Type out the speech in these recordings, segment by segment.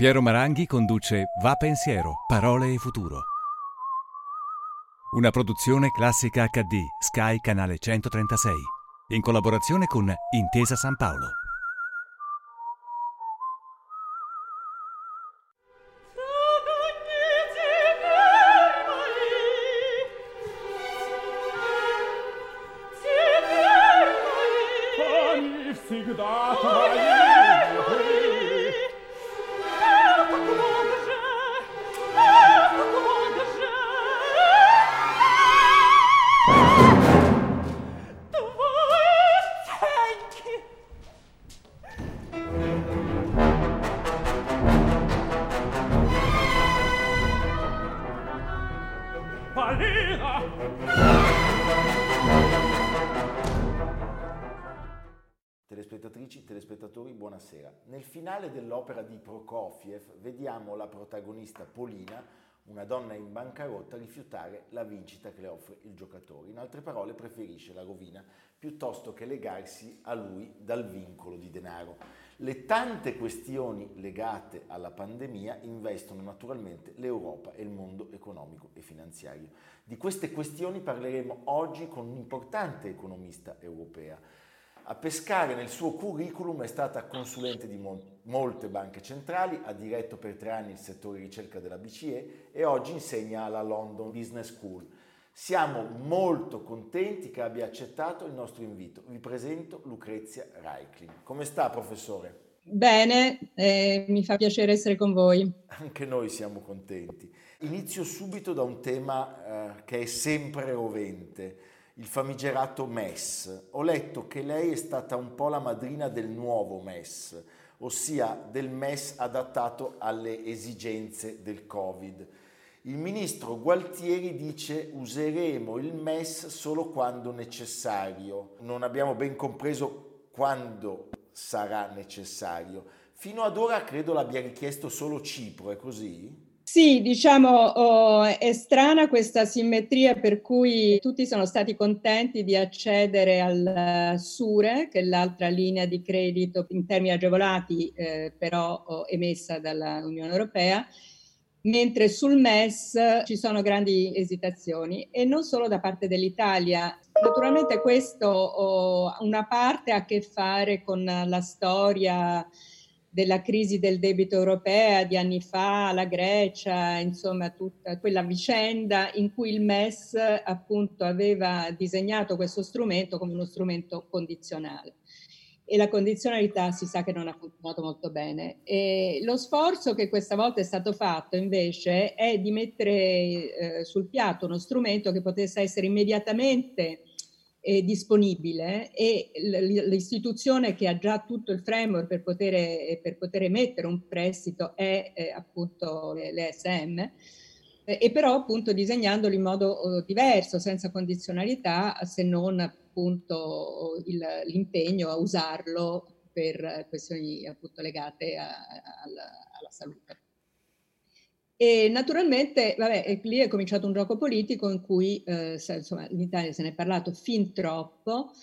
Piero Maranghi conduce Va Pensiero, parole e futuro. Una produzione Classica HD, Sky Canale 136, in collaborazione con Intesa San Paolo. Telespettatrici, telespettatori, buonasera. Nel finale dell'opera di Prokofiev vediamo la protagonista Polina, una donna in bancarotta, rifiutare la vincita che le offre il giocatore. In altre parole, preferisce la rovina piuttosto che legarsi a lui dal vincolo di denaro. Le tante questioni legate alla pandemia investono naturalmente l'Europa e il mondo economico e finanziario. Di queste questioni parleremo oggi con un'importante economista europea. A pescare nel suo curriculum è stata consulente di molte banche centrali, ha diretto per 3 anni il settore ricerca della BCE e oggi insegna alla London Business School. Siamo molto contenti che abbia accettato il nostro invito. Vi presento Lucrezia Reichling. Come sta, professore? Bene, mi fa piacere essere con voi. Anche noi siamo contenti. Inizio subito da un tema che è sempre rovente. Il famigerato MES. Ho letto che lei è stata un po' la madrina del nuovo MES, ossia del MES adattato alle esigenze del Covid. Il ministro Gualtieri dice useremo il MES solo quando necessario. Non abbiamo ben compreso quando sarà necessario. Fino ad ora credo l'abbia richiesto solo Cipro, è così? Sì, diciamo, è strana questa simmetria per cui tutti sono stati contenti di accedere al SURE, che è l'altra linea di credito in termini agevolati, però emessa dall'Unione Europea, mentre sul MES ci sono grandi esitazioni e non solo da parte dell'Italia. Naturalmente questo una parte ha a che fare con la storia della crisi del debito europea di anni fa, la Grecia, insomma tutta quella vicenda in cui il MES appunto aveva disegnato questo strumento come uno strumento condizionale. E la condizionalità si sa che non ha funzionato molto bene. E lo sforzo che questa volta è stato fatto invece è di mettere sul piatto uno strumento che potesse essere immediatamente disponibile e l'istituzione che ha già tutto il framework per poter emettere un prestito è appunto l'ESM, e però appunto disegnandolo in modo diverso, senza condizionalità, se non appunto l'impegno a usarlo per questioni appunto legate alla salute. E naturalmente, lì è cominciato un gioco politico in cui insomma, in Italia se ne è parlato fin troppo.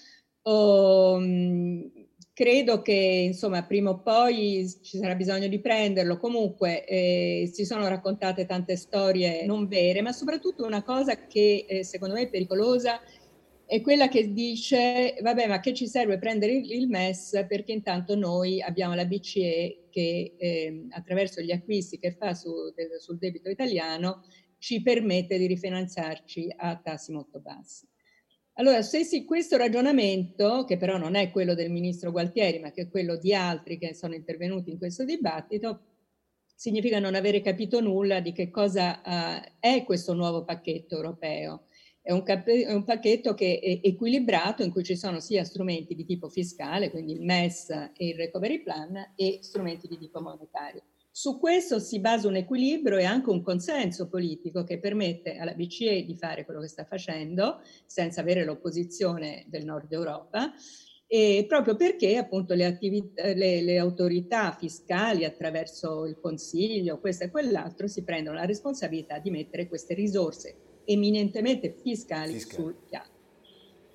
Credo che insomma prima o poi ci sarà bisogno di prenderlo. Comunque si sono raccontate tante storie non vere, ma soprattutto una cosa che secondo me è pericolosa è quella che dice vabbè, ma che ci serve prendere il MES perché intanto noi abbiamo la BCE che attraverso gli acquisti che fa sul debito italiano ci permette di rifinanziarci a tassi molto bassi. Allora, questo ragionamento, che però non è quello del ministro Gualtieri, ma che è quello di altri che sono intervenuti in questo dibattito, significa non avere capito nulla di che cosa è questo nuovo pacchetto europeo. È un pacchetto che è equilibrato, in cui ci sono sia strumenti di tipo fiscale, quindi il MES e il Recovery Plan, e strumenti di tipo monetario. Su questo si basa un equilibrio e anche un consenso politico che permette alla BCE di fare quello che sta facendo senza avere l'opposizione del Nord Europa, e proprio perché appunto le autorità fiscali attraverso il Consiglio, questo e quell'altro, si prendono la responsabilità di mettere queste risorse eminentemente fiscali sul piano.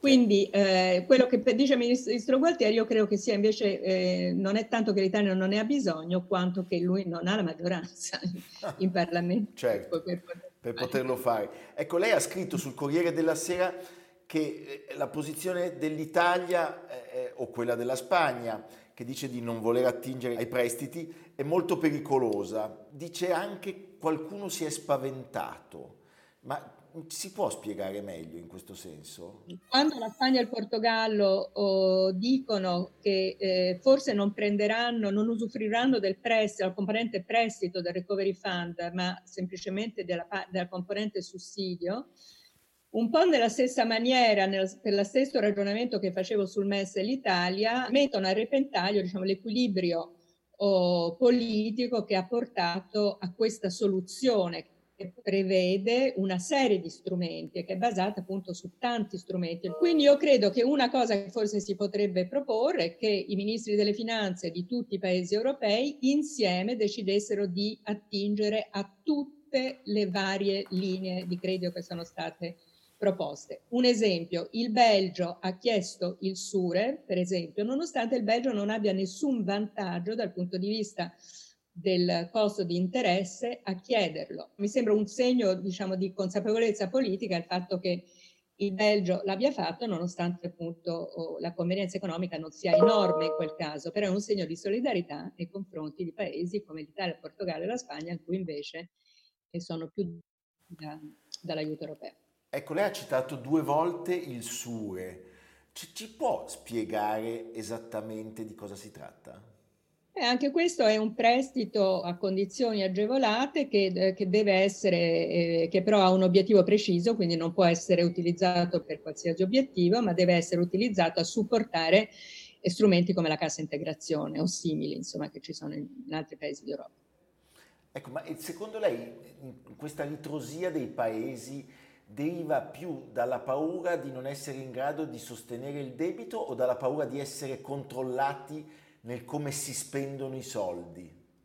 Quindi quello che dice il ministro Gualtieri io credo che sia invece non è tanto che l'Italia non ne ha bisogno quanto che lui non ha la maggioranza in Parlamento Certo, per poterlo fare. Ecco, lei ha scritto sul Corriere della Sera che la posizione dell'Italia o quella della Spagna, che dice di non voler attingere ai prestiti, è molto pericolosa. Dice anche che qualcuno si è spaventato, ma si può spiegare meglio in questo senso? Quando la Spagna e il Portogallo dicono che forse non usufruiranno del prestito, la componente prestito del Recovery Fund, ma semplicemente della componente sussidio, un po' nella stessa maniera, per lo stesso ragionamento che facevo sul MES e l'Italia, mettono a repentaglio, diciamo, l'equilibrio politico che ha portato a questa soluzione che prevede una serie di strumenti e che è basata appunto su tanti strumenti. Quindi io credo che una cosa che forse si potrebbe proporre è che i ministri delle finanze di tutti i paesi europei insieme decidessero di attingere a tutte le varie linee di credito che sono state proposte. Un esempio, il Belgio ha chiesto il SURE, per esempio, nonostante il Belgio non abbia nessun vantaggio dal punto di vista del costo di interesse a chiederlo. Mi sembra un segno, diciamo, di consapevolezza politica il fatto che il Belgio l'abbia fatto, nonostante appunto la convenienza economica non sia enorme in quel caso, però è un segno di solidarietà nei confronti di paesi come l'Italia, il Portogallo e la Spagna, in cui invece sono più dall'aiuto europeo. Ecco, lei ha citato 2 volte il SURE. Ci può spiegare esattamente di cosa si tratta? Anche questo è un prestito a condizioni agevolate che deve essere, che però ha un obiettivo preciso, quindi non può essere utilizzato per qualsiasi obiettivo, ma deve essere utilizzato a supportare strumenti come la cassa integrazione o simili, insomma, che ci sono in altri paesi d'Europa. Ecco, ma secondo lei questa ritrosia dei paesi deriva più dalla paura di non essere in grado di sostenere il debito o dalla paura di essere controllati nel come si spendono i soldi?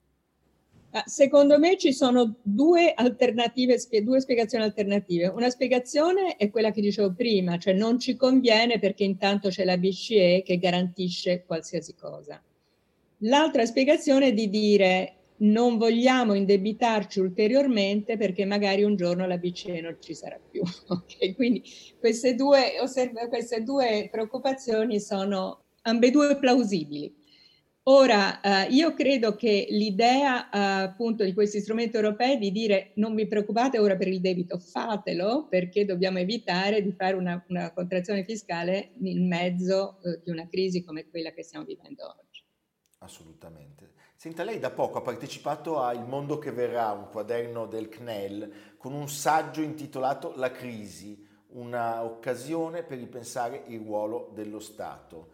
Secondo me ci sono due spiegazioni alternative. Una spiegazione è quella che dicevo prima, cioè non ci conviene perché intanto c'è la BCE che garantisce qualsiasi cosa. L'altra spiegazione è di dire non vogliamo indebitarci ulteriormente perché magari un giorno la BCE non ci sarà più. Okay? Quindi queste due preoccupazioni sono ambedue plausibili. Ora, io credo che l'idea appunto di questi strumenti europei di dire non vi preoccupate ora per il debito, fatelo perché dobbiamo evitare di fare una contrazione fiscale in mezzo di una crisi come quella che stiamo vivendo oggi. Assolutamente. Senta, lei da poco ha partecipato a Il mondo che verrà, un quaderno del CNEL, con un saggio intitolato La crisi, una occasione per ripensare il ruolo dello Stato.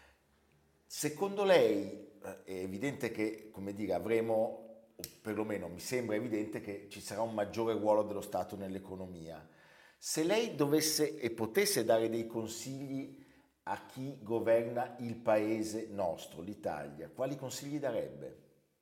Secondo lei è evidente che, come dire, avremo, o perlomeno mi sembra evidente che ci sarà un maggiore ruolo dello Stato nell'economia. Se lei dovesse e potesse dare dei consigli a chi governa il paese nostro, l'Italia, quali consigli darebbe?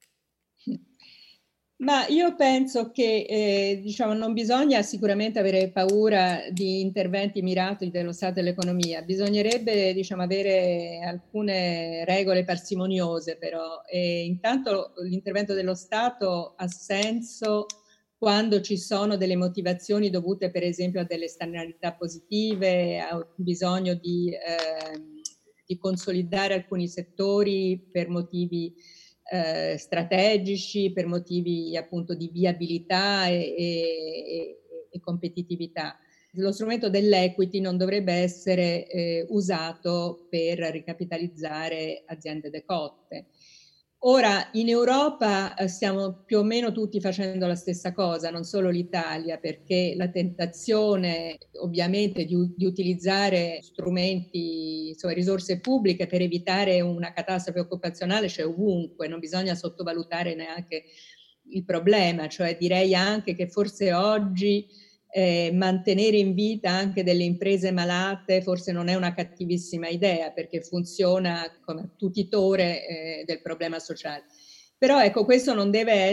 Ma io penso che diciamo, non bisogna sicuramente avere paura di interventi mirati dello Stato e dell'economia, bisognerebbe diciamo, avere alcune regole parsimoniose però. E intanto l'intervento dello Stato ha senso quando ci sono delle motivazioni dovute per esempio a delle esternalità positive, a bisogno di consolidare alcuni settori per motivi strategici, per motivi appunto di viabilità e competitività. Lo strumento dell'equity non dovrebbe essere usato per ricapitalizzare aziende decotte. Ora, in Europa stiamo più o meno tutti facendo la stessa cosa, non solo l'Italia, perché la tentazione ovviamente di utilizzare strumenti, insomma, risorse pubbliche per evitare una catastrofe occupazionale c'è ovunque, non bisogna sottovalutare neanche il problema, cioè direi anche che forse oggi mantenere in vita anche delle imprese malate forse non è una cattivissima idea perché funziona come tutitore del problema sociale. Però ecco, questo deve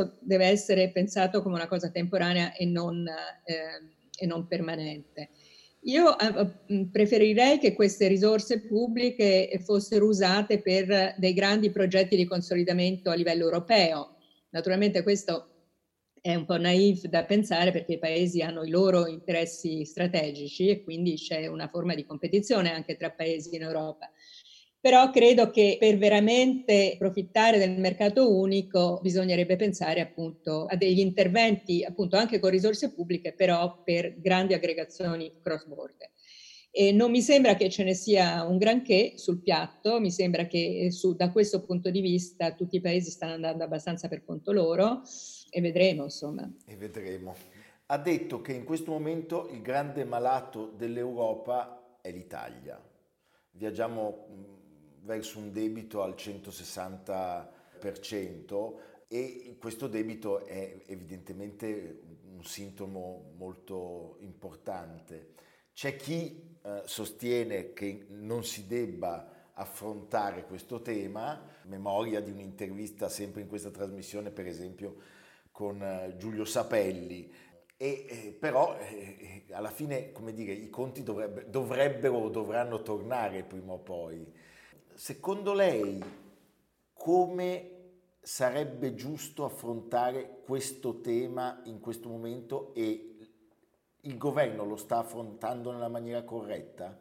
essere pensato come una cosa temporanea e non permanente. Io preferirei che queste risorse pubbliche fossero usate per dei grandi progetti di consolidamento a livello europeo. Naturalmente questo è un po' naif da pensare perché i paesi hanno i loro interessi strategici e quindi c'è una forma di competizione anche tra paesi in Europa. Però credo che per veramente approfittare del mercato unico bisognerebbe pensare appunto a degli interventi appunto anche con risorse pubbliche, però per grandi aggregazioni cross border. E non mi sembra che ce ne sia un granché sul piatto, mi sembra che da questo punto di vista tutti i paesi stanno andando abbastanza per conto loro e vedremo, insomma. E vedremo. Ha detto che in questo momento il grande malato dell'Europa è l'Italia. Viaggiamo verso un debito al 160% e questo debito è evidentemente un sintomo molto importante. C'è chi sostiene che non si debba affrontare questo tema, memoria di un'intervista sempre in questa trasmissione, per esempio, con Giulio Sapelli, però alla fine, come dire, i conti dovrebbero o dovranno tornare prima o poi. Secondo lei, come sarebbe giusto affrontare questo tema in questo momento e il governo lo sta affrontando nella maniera corretta?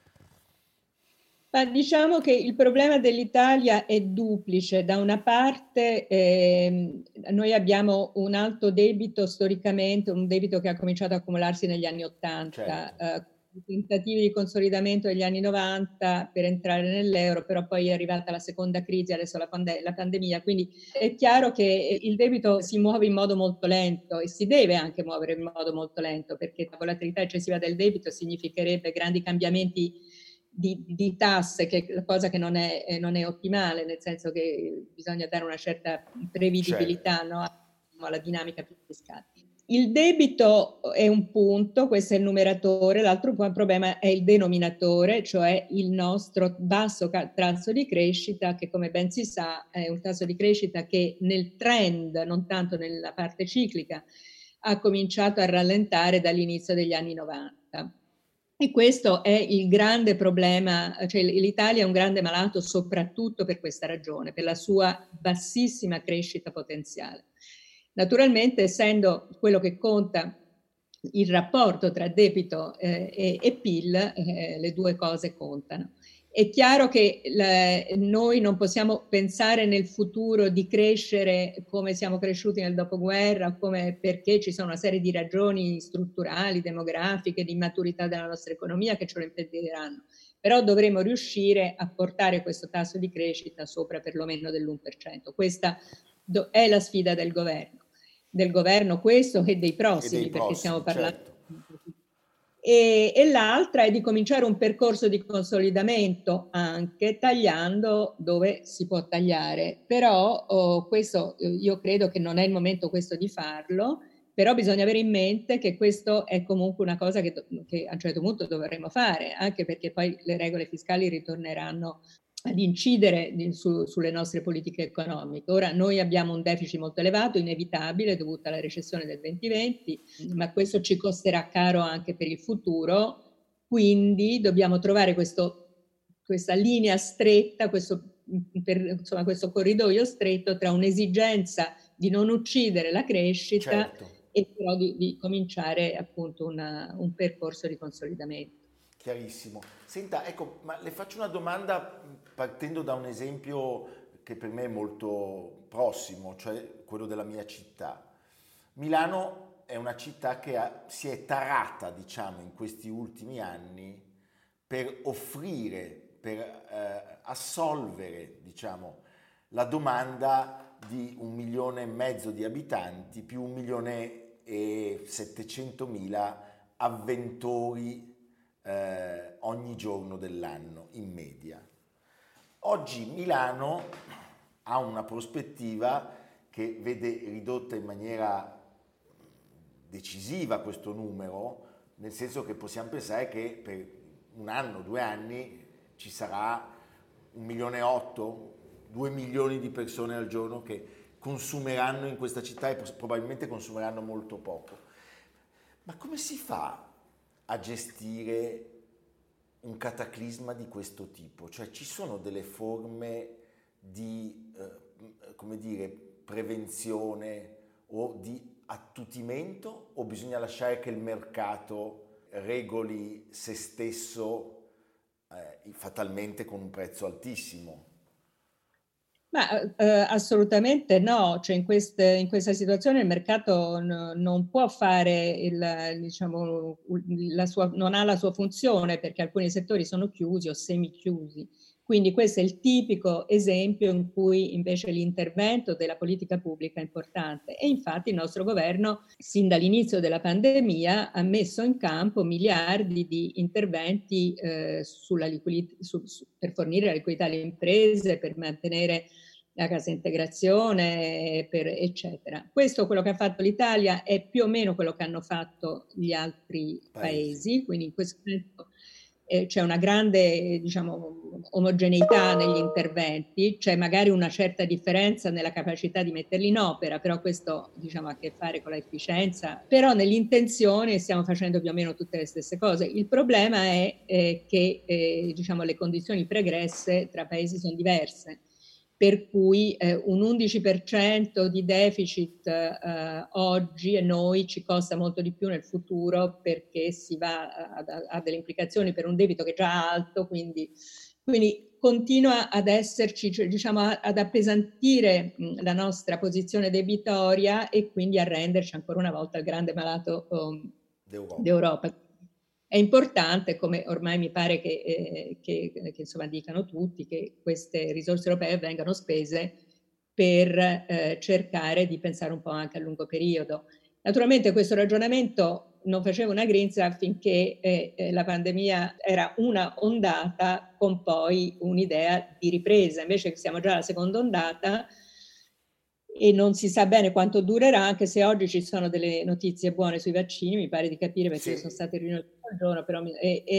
Ma diciamo che il problema dell'Italia è duplice. Da una parte noi abbiamo un alto debito storicamente, un debito che ha cominciato a accumularsi negli anni '80, Certo. tentativi di consolidamento negli anni '90 per entrare nell'euro, però poi è arrivata la seconda crisi, adesso la pandemia, quindi è chiaro che il debito si muove in modo molto lento e si deve anche muovere in modo molto lento, perché la volatilità eccessiva del debito significherebbe grandi cambiamenti di tasse, che è la cosa che non è ottimale, nel senso che bisogna dare una certa prevedibilità, Certo. no, alla dinamica fiscale. Il debito è un punto, questo è il numeratore, l'altro problema è il denominatore, cioè il nostro basso tasso di crescita, che come ben si sa è un tasso di crescita che nel trend, non tanto nella parte ciclica, ha cominciato a rallentare dall'inizio degli anni '90. E questo è il grande problema, cioè l'Italia è un grande malato soprattutto per questa ragione, per la sua bassissima crescita potenziale. Naturalmente, essendo quello che conta il rapporto tra debito e PIL, le due cose contano. È chiaro che noi non possiamo pensare nel futuro di crescere come siamo cresciuti nel dopoguerra, perché ci sono una serie di ragioni strutturali, demografiche, di maturità della nostra economia che ce lo impediranno. Però dovremo riuscire a portare questo tasso di crescita sopra perlomeno dell'1%. Questa è la sfida del governo questo e dei E dei prossimi, perché stiamo prossimi, parlando. certo. E l'altra è di cominciare un percorso di consolidamento anche tagliando dove si può tagliare, però questo io credo che non è il momento questo di farlo, però bisogna avere in mente che questo è comunque una cosa che a un certo punto dovremo fare, anche perché poi le regole fiscali ritorneranno ad incidere sulle nostre politiche economiche. Ora noi abbiamo un deficit molto elevato, inevitabile, dovuto alla recessione del 2020, ma questo ci costerà caro anche per il futuro, quindi dobbiamo trovare questa linea stretta, questo corridoio stretto tra un'esigenza di non uccidere la crescita Certo. e però di cominciare appunto un percorso di consolidamento. Chiarissimo. Senta, ecco, ma le faccio una domanda partendo da un esempio che per me è molto prossimo, cioè quello della mia città. Milano è una città che si è tarata, diciamo, in questi ultimi anni per offrire, per assolvere, diciamo, la domanda di 1,5 milioni di abitanti più 1.700.000 avventori ogni giorno dell'anno in media. Oggi Milano ha una prospettiva che vede ridotta in maniera decisiva questo numero, nel senso che possiamo pensare che per un anno, 2 anni ci sarà 1,8 milioni, 2 milioni di persone al giorno che consumeranno in questa città e probabilmente consumeranno molto poco. Ma come si fa a gestire un cataclisma di questo tipo? Cioè ci sono delle forme di, come dire, prevenzione o di attutimento, o bisogna lasciare che il mercato regoli se stesso fatalmente con un prezzo altissimo? Ma assolutamente no, cioè in questa situazione il mercato non può fare non ha la sua funzione, perché alcuni settori sono chiusi o semi-chiusi. Quindi questo è il tipico esempio in cui invece l'intervento della politica pubblica è importante, e infatti il nostro governo sin dall'inizio della pandemia ha messo in campo miliardi di interventi per fornire la liquidità alle imprese, per mantenere la cassa integrazione, eccetera. Questo, quello che ha fatto l'Italia, è più o meno quello che hanno fatto gli altri paesi, quindi in questo momento c'è una grande, omogeneità negli interventi, c'è magari una certa differenza nella capacità di metterli in opera, però questo ha a che fare con l'efficienza, però nell'intenzione stiamo facendo più o meno tutte le stesse cose. Il problema è che le condizioni pregresse tra paesi sono diverse, per cui un 11% di deficit oggi a noi ci costa molto di più nel futuro, perché si va a delle implicazioni per un debito che è già alto, quindi continua ad esserci, ad appesantire la nostra posizione debitoria, e quindi a renderci ancora una volta il grande malato d'Europa. È importante, come ormai mi pare che insomma dicano tutti, che queste risorse europee vengano spese per cercare di pensare un po' anche a lungo periodo. Naturalmente questo ragionamento non faceva una grinza finché la pandemia era una ondata con poi un'idea di ripresa. Invece siamo già alla seconda ondata e non si sa bene quanto durerà, anche se oggi ci sono delle notizie buone sui vaccini, mi pare di capire, perché io sono stata in riunione tutto il giorno, però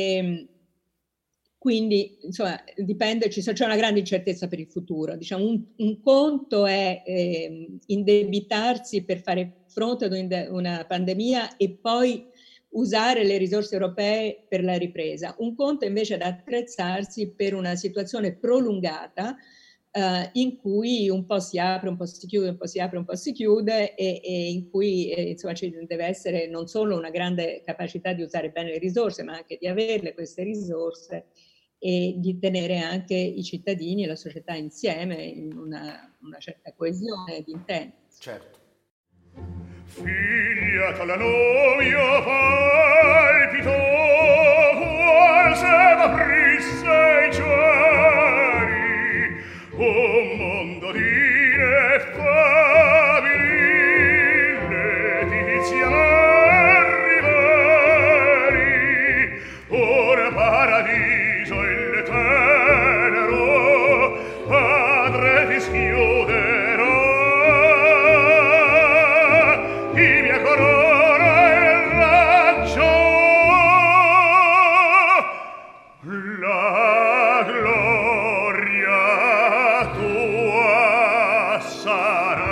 quindi insomma dipende, c'è una grande incertezza per il futuro. Un conto è indebitarsi per fare fronte ad una pandemia e poi usare le risorse europee per la ripresa. Un conto invece è attrezzarsi per una situazione prolungata, in cui un po' si apre, un po' si chiude, un po' si apre, un po' si chiude, e in cui insomma ci deve essere non solo una grande capacità di usare bene le risorse, ma anche di averle queste risorse, e di tenere anche i cittadini e la società insieme in una certa coesione di intenti. Certo. Figlia tra la novia palpito, qual se m'aprisse i cieli, o mondo di ineffabili letiziane rivali, ora paradiso il tenero padre ti schiuderà, chi mia corona e la gloria tua sarà.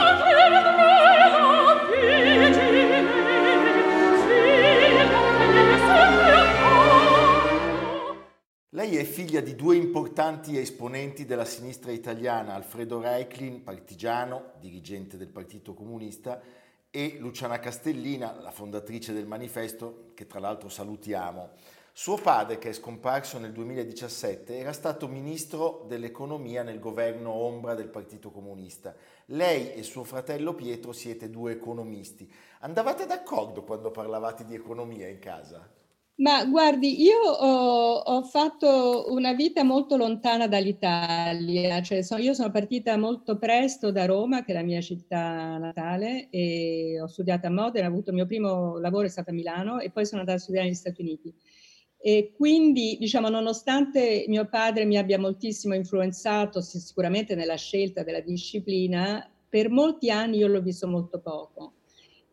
Lei è figlia di due importanti esponenti della sinistra italiana, Alfredo Reiklin, partigiano, dirigente del Partito Comunista, e Luciana Castellina, la fondatrice del Manifesto, che tra l'altro salutiamo. Suo padre, che è scomparso nel 2017, era stato ministro dell'economia nel governo ombra del Partito Comunista. Lei e suo fratello Pietro siete due economisti. Andavate d'accordo quando parlavate di economia in casa? Ma guardi, io ho fatto una vita molto lontana dall'Italia, cioè io sono partita molto presto da Roma, che è la mia città natale, e ho studiato a Modena, ho avuto il mio primo lavoro, è stato a Milano, e poi sono andata a studiare negli Stati Uniti. E quindi, nonostante mio padre mi abbia moltissimo influenzato, sicuramente nella scelta della disciplina, per molti anni io l'ho visto molto poco.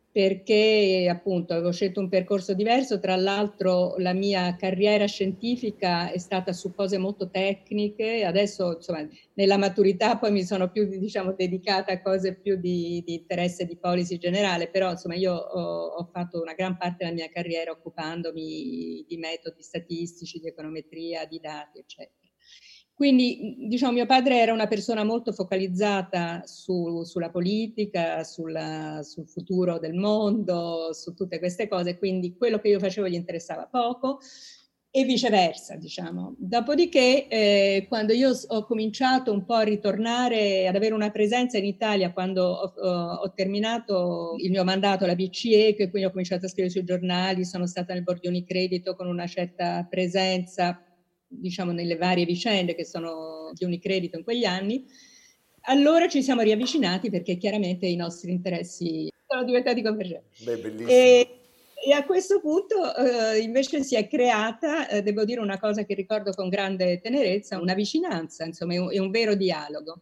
perché appunto avevo scelto un percorso diverso. Tra l'altro la mia carriera scientifica è stata su cose molto tecniche, adesso insomma nella maturità poi mi sono più diciamo dedicata a cose più di interesse di policy generale, però insomma io ho fatto una gran parte della mia carriera occupandomi di metodi statistici, di econometria, di dati, eccetera. Quindi, diciamo, mio padre era una persona molto focalizzata sulla politica, sul futuro del mondo, su tutte queste cose, quindi quello che io facevo gli interessava poco e viceversa, diciamo. Dopodiché, quando io ho cominciato un po' a ritornare, ad avere una presenza in Italia, quando ho terminato il mio mandato alla BCE, che quindi ho cominciato a scrivere sui giornali, sono stata nel board di Unicredito con una certa presenza, diciamo, nelle varie vicende che sono di Unicredito in quegli anni, allora ci siamo riavvicinati perché chiaramente i nostri interessi sono diventati convergenti. Beh, bellissimo. E a questo punto invece si è creata, devo dire una cosa che ricordo con grande tenerezza, una vicinanza, insomma, è un vero dialogo.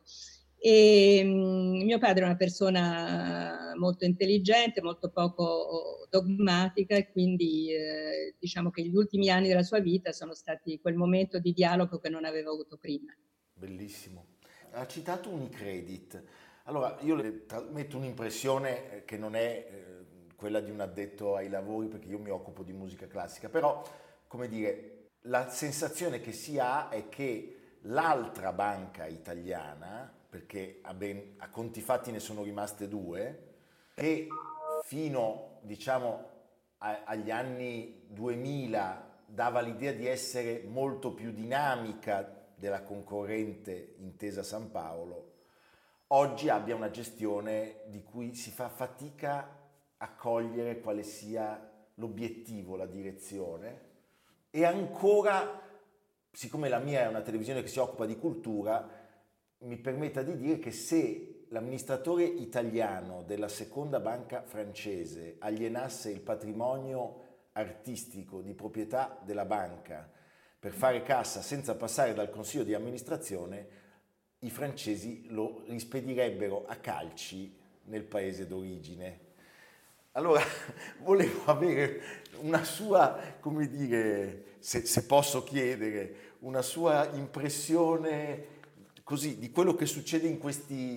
E mio padre è una persona molto intelligente, molto poco dogmatica, e quindi diciamo che gli ultimi anni della sua vita sono stati quel momento di dialogo che non avevo avuto prima. Bellissimo. Ha citato Unicredit. Allora, io le metto un'impressione che non è quella di un addetto ai lavori, perché io mi occupo di musica classica, però, come dire, la sensazione che si ha è che l'altra banca italiana, perché a conti fatti ne sono rimaste due, che fino, diciamo, agli anni 2000 dava l'idea di essere molto più dinamica della concorrente Intesa San Paolo, oggi abbia una gestione di cui si fa fatica a cogliere quale sia l'obiettivo, la direzione, e ancora, siccome la mia è una televisione che si occupa di cultura, mi permetta di dire che se l'amministratore italiano della seconda banca francese alienasse il patrimonio artistico di proprietà della banca per fare cassa senza passare dal consiglio di amministrazione, i francesi lo rispedirebbero a calci nel paese d'origine. Allora, volevo avere una sua, come dire, se posso chiedere, una sua impressione così di quello che succede in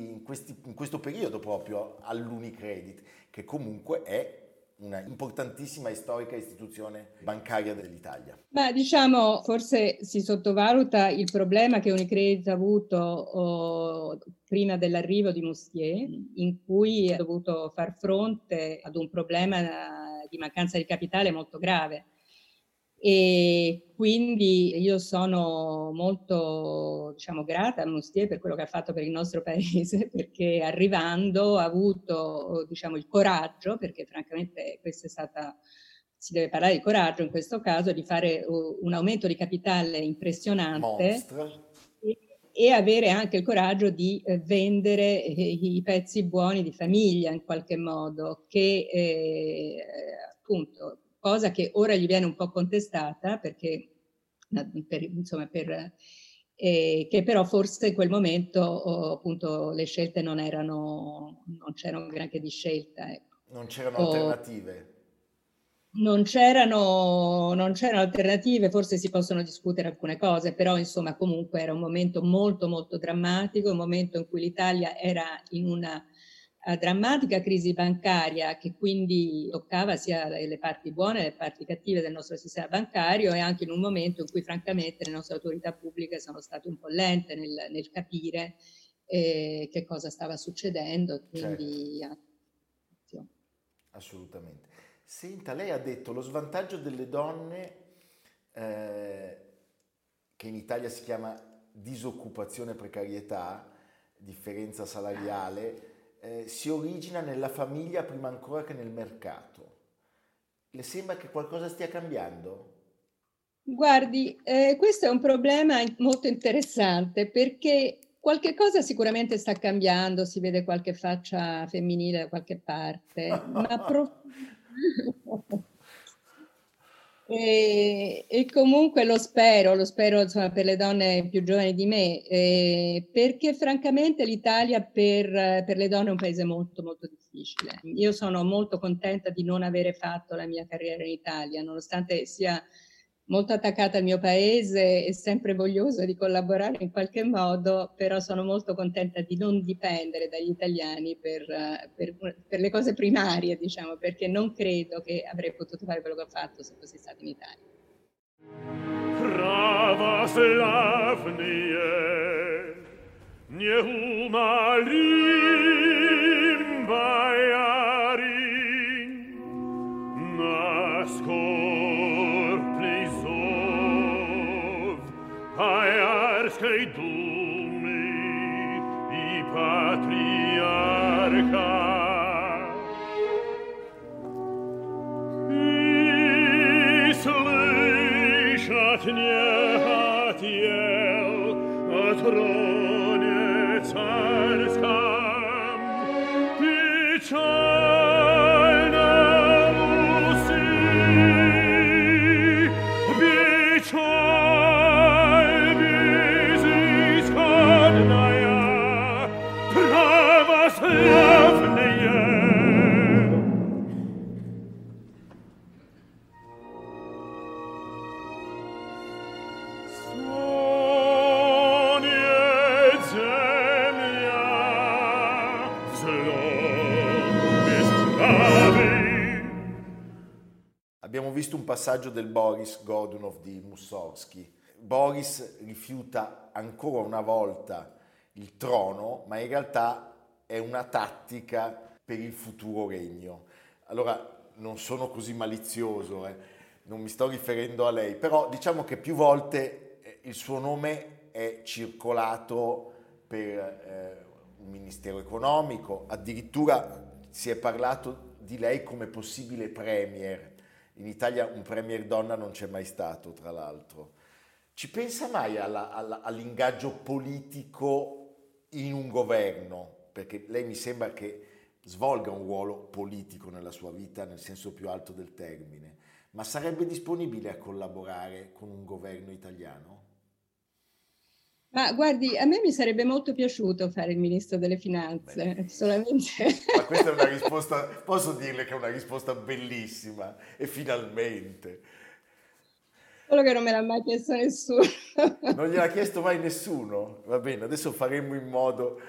questo periodo proprio all'Unicredit, che comunque è una importantissima e storica istituzione bancaria dell'Italia. Ma diciamo, forse si sottovaluta il problema che Unicredit ha avuto prima dell'arrivo di Mustier, in cui ha dovuto far fronte ad un problema di mancanza di capitale molto grave. E quindi io sono molto, diciamo, grata a Mustier per quello che ha fatto per il nostro paese, perché arrivando ha avuto, diciamo, il coraggio, perché francamente questa è stata, si deve parlare di coraggio in questo caso, di fare un aumento di capitale impressionante e avere anche il coraggio di vendere i pezzi buoni di famiglia in qualche modo, che appunto, cosa che ora gli viene un po' contestata perché che però forse in quel momento appunto le scelte non c'erano granché di scelta, ecco. Non c'erano alternative. Non c'erano alternative, forse si possono discutere alcune cose, però insomma comunque era un momento molto molto drammatico, un momento in cui l'Italia era in una drammatica crisi bancaria che quindi toccava sia le parti buone che le parti cattive del nostro sistema bancario, e anche in un momento in cui francamente le nostre autorità pubbliche sono state un po' lente nel capire che cosa stava succedendo. Quindi, certo. Assolutamente. Senta, lei ha detto lo svantaggio delle donne, che in Italia si chiama disoccupazione e precarietà, differenza salariale, si origina nella famiglia prima ancora che nel mercato. Le sembra che qualcosa stia cambiando? Guardi, questo è un problema molto interessante, perché qualche cosa sicuramente sta cambiando, si vede qualche faccia femminile da qualche parte, ma E comunque lo spero insomma, per le donne più giovani di me, perché francamente l'Italia per le donne è un paese molto molto difficile. Io sono molto contenta di non avere fatto la mia carriera in Italia, nonostante sia molto attaccata al mio paese e sempre vogliosa di collaborare in qualche modo, però sono molto contenta di non dipendere dagli italiani per le cose primarie, diciamo, perché non credo che avrei potuto fare quello che ho fatto se fossi stata in Italia. Prava Slavnie, nie umalim bajarin, na skor plizov, bajarskej dumy i patriarcha. Nie chatiel na tronie carskim, pieczalna Rusi, pieczal wiziskodnaja, prawosławneje. Abbiamo visto un passaggio del Boris Godunov di Mussorgsky. Boris rifiuta ancora una volta il trono, ma in realtà è una tattica per il futuro regno. Allora, non sono così malizioso, non mi sto riferendo a lei, però diciamo che più volte il suo nome è circolato per un ministero economico, addirittura si è parlato di lei come possibile premier. In Italia un premier donna non c'è mai stato, tra l'altro. Ci pensa mai all'ingaggio politico in un governo? Perché lei mi sembra che svolga un ruolo politico nella sua vita, nel senso più alto del termine. Ma sarebbe disponibile a collaborare con un governo italiano? Ma guardi, a me mi sarebbe molto piaciuto fare il ministro delle finanze, solamente... Ma questa è una risposta, posso dirle che è una risposta bellissima, e finalmente. Solo che non me l'ha mai chiesto nessuno. Non gliel'ha chiesto mai nessuno? Va bene, adesso faremo in modo...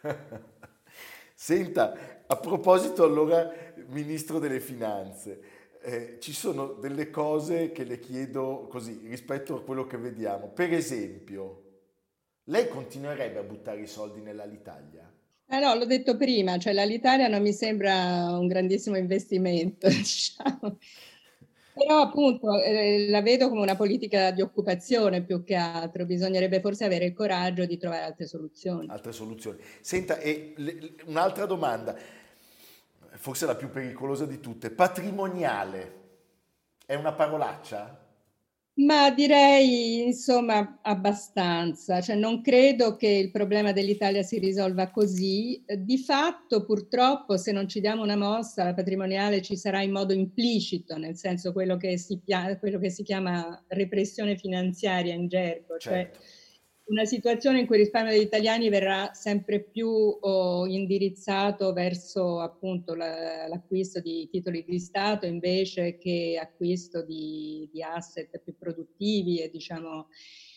Senta, a proposito allora, ministro delle finanze, ci sono delle cose che le chiedo così, rispetto a quello che vediamo. Per esempio... Lei continuerebbe a buttare i soldi nell'Alitalia? No, l'ho detto prima, cioè l'Alitalia non mi sembra un grandissimo investimento, diciamo. Però appunto la vedo come una politica di occupazione più che altro, bisognerebbe forse avere il coraggio di trovare altre soluzioni. Altre soluzioni. Senta, un'altra domanda, forse la più pericolosa di tutte, patrimoniale, è una parolaccia? Ma direi, insomma, abbastanza. Cioè, non credo che il problema dell'Italia si risolva così. Di fatto, purtroppo, se non ci diamo una mossa, la patrimoniale ci sarà in modo implicito, nel senso quello che si chiama repressione finanziaria in gergo. Certo. Cioè, una situazione in cui il risparmio degli italiani verrà sempre più indirizzato verso appunto l'acquisto di titoli di Stato invece che acquisto di asset più produttivi e diciamo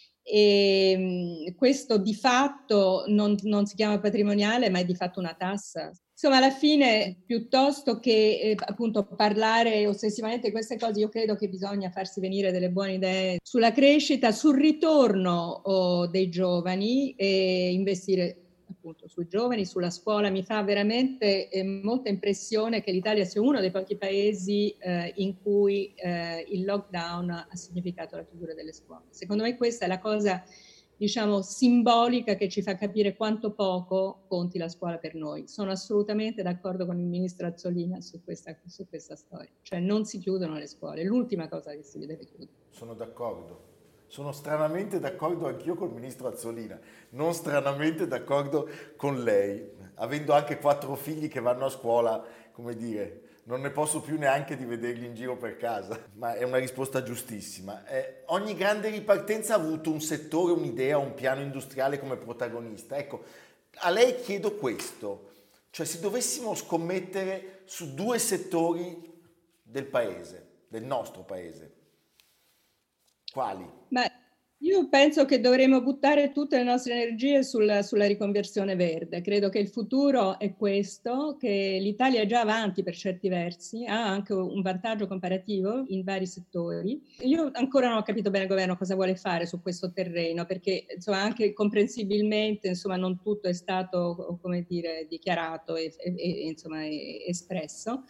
questo di fatto non si chiama patrimoniale ma è di fatto una tassa. Insomma, alla fine, piuttosto che appunto parlare ossessivamente di queste cose, io credo che bisogna farsi venire delle buone idee sulla crescita, sul ritorno dei giovani e investire appunto sui giovani, sulla scuola. Mi fa veramente molta impressione che l'Italia sia uno dei pochi paesi in cui il lockdown ha significato la chiusura delle scuole. Secondo me questa è la cosa, diciamo, simbolica che ci fa capire quanto poco conti la scuola per noi. Sono assolutamente d'accordo con il ministro Azzolina su questa storia. Cioè non si chiudono le scuole, è l'ultima cosa che si deve chiudere. Sono d'accordo. Sono stranamente d'accordo anch'io col ministro Azzolina, non stranamente d'accordo con lei, avendo anche 4 figli che vanno a scuola, come dire, non ne posso più neanche di vederli in giro per casa, ma è una risposta giustissima. Ogni grande ripartenza ha avuto un settore, un'idea, un piano industriale come protagonista. Ecco, a lei chiedo questo, cioè se dovessimo scommettere su 2 settori del paese, del nostro paese, quali? Beh, io penso che dovremmo buttare tutte le nostre energie sulla riconversione verde. Credo che il futuro è questo, che l'Italia è già avanti per certi versi, ha anche un vantaggio comparativo in vari settori. Io ancora non ho capito bene il governo cosa vuole fare su questo terreno, perché insomma anche comprensibilmente insomma non tutto è stato, come dire, dichiarato e insomma espresso.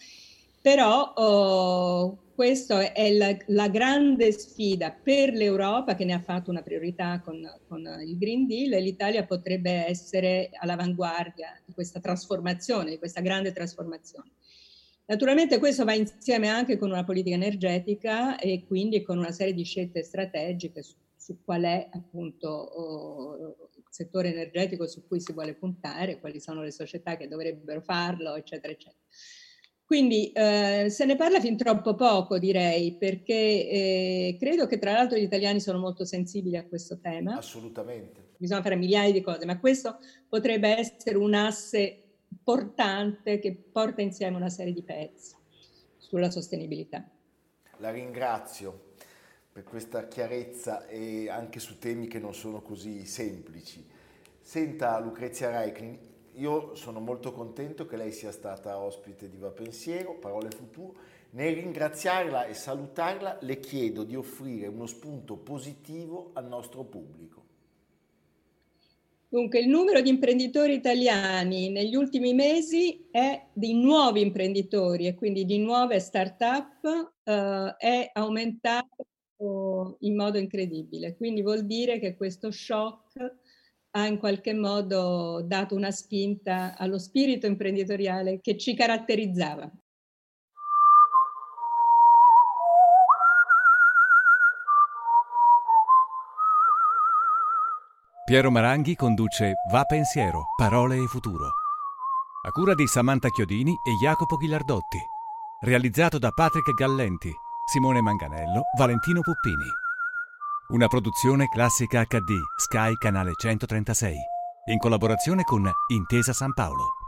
Però questa è la grande sfida per l'Europa, che ne ha fatto una priorità con il Green Deal, e l'Italia potrebbe essere all'avanguardia di questa trasformazione, di questa grande trasformazione. Naturalmente questo va insieme anche con una politica energetica e quindi con una serie di scelte strategiche su qual è appunto il settore energetico su cui si vuole puntare, quali sono le società che dovrebbero farlo, eccetera, eccetera. Quindi se ne parla fin troppo poco, direi, perché credo che tra l'altro gli italiani sono molto sensibili a questo tema. Assolutamente. Bisogna fare migliaia di cose, ma questo potrebbe essere un asse portante che porta insieme una serie di pezzi sulla sostenibilità. La ringrazio per questa chiarezza e anche su temi che non sono così semplici. Senta, Lucrezia Reichling, io sono molto contento che lei sia stata ospite di Va Pensiero, Parole Futuro. Nel ringraziarla e salutarla le chiedo di offrire uno spunto positivo al nostro pubblico. Dunque, il numero di imprenditori italiani negli ultimi mesi è di nuovi imprenditori e quindi di nuove start-up è aumentato in modo incredibile. Quindi vuol dire che questo shock ha in qualche modo dato una spinta allo spirito imprenditoriale che ci caratterizzava. Piero Maranghi conduce Va Pensiero, Parole e Futuro. A cura di Samantha Chiodini e Jacopo Ghilardotti. Realizzato da Patrick Gallenti, Simone Manganello, Valentino Puppini. Una produzione Classica HD, Sky Canale 136. In collaborazione con Intesa San Paolo.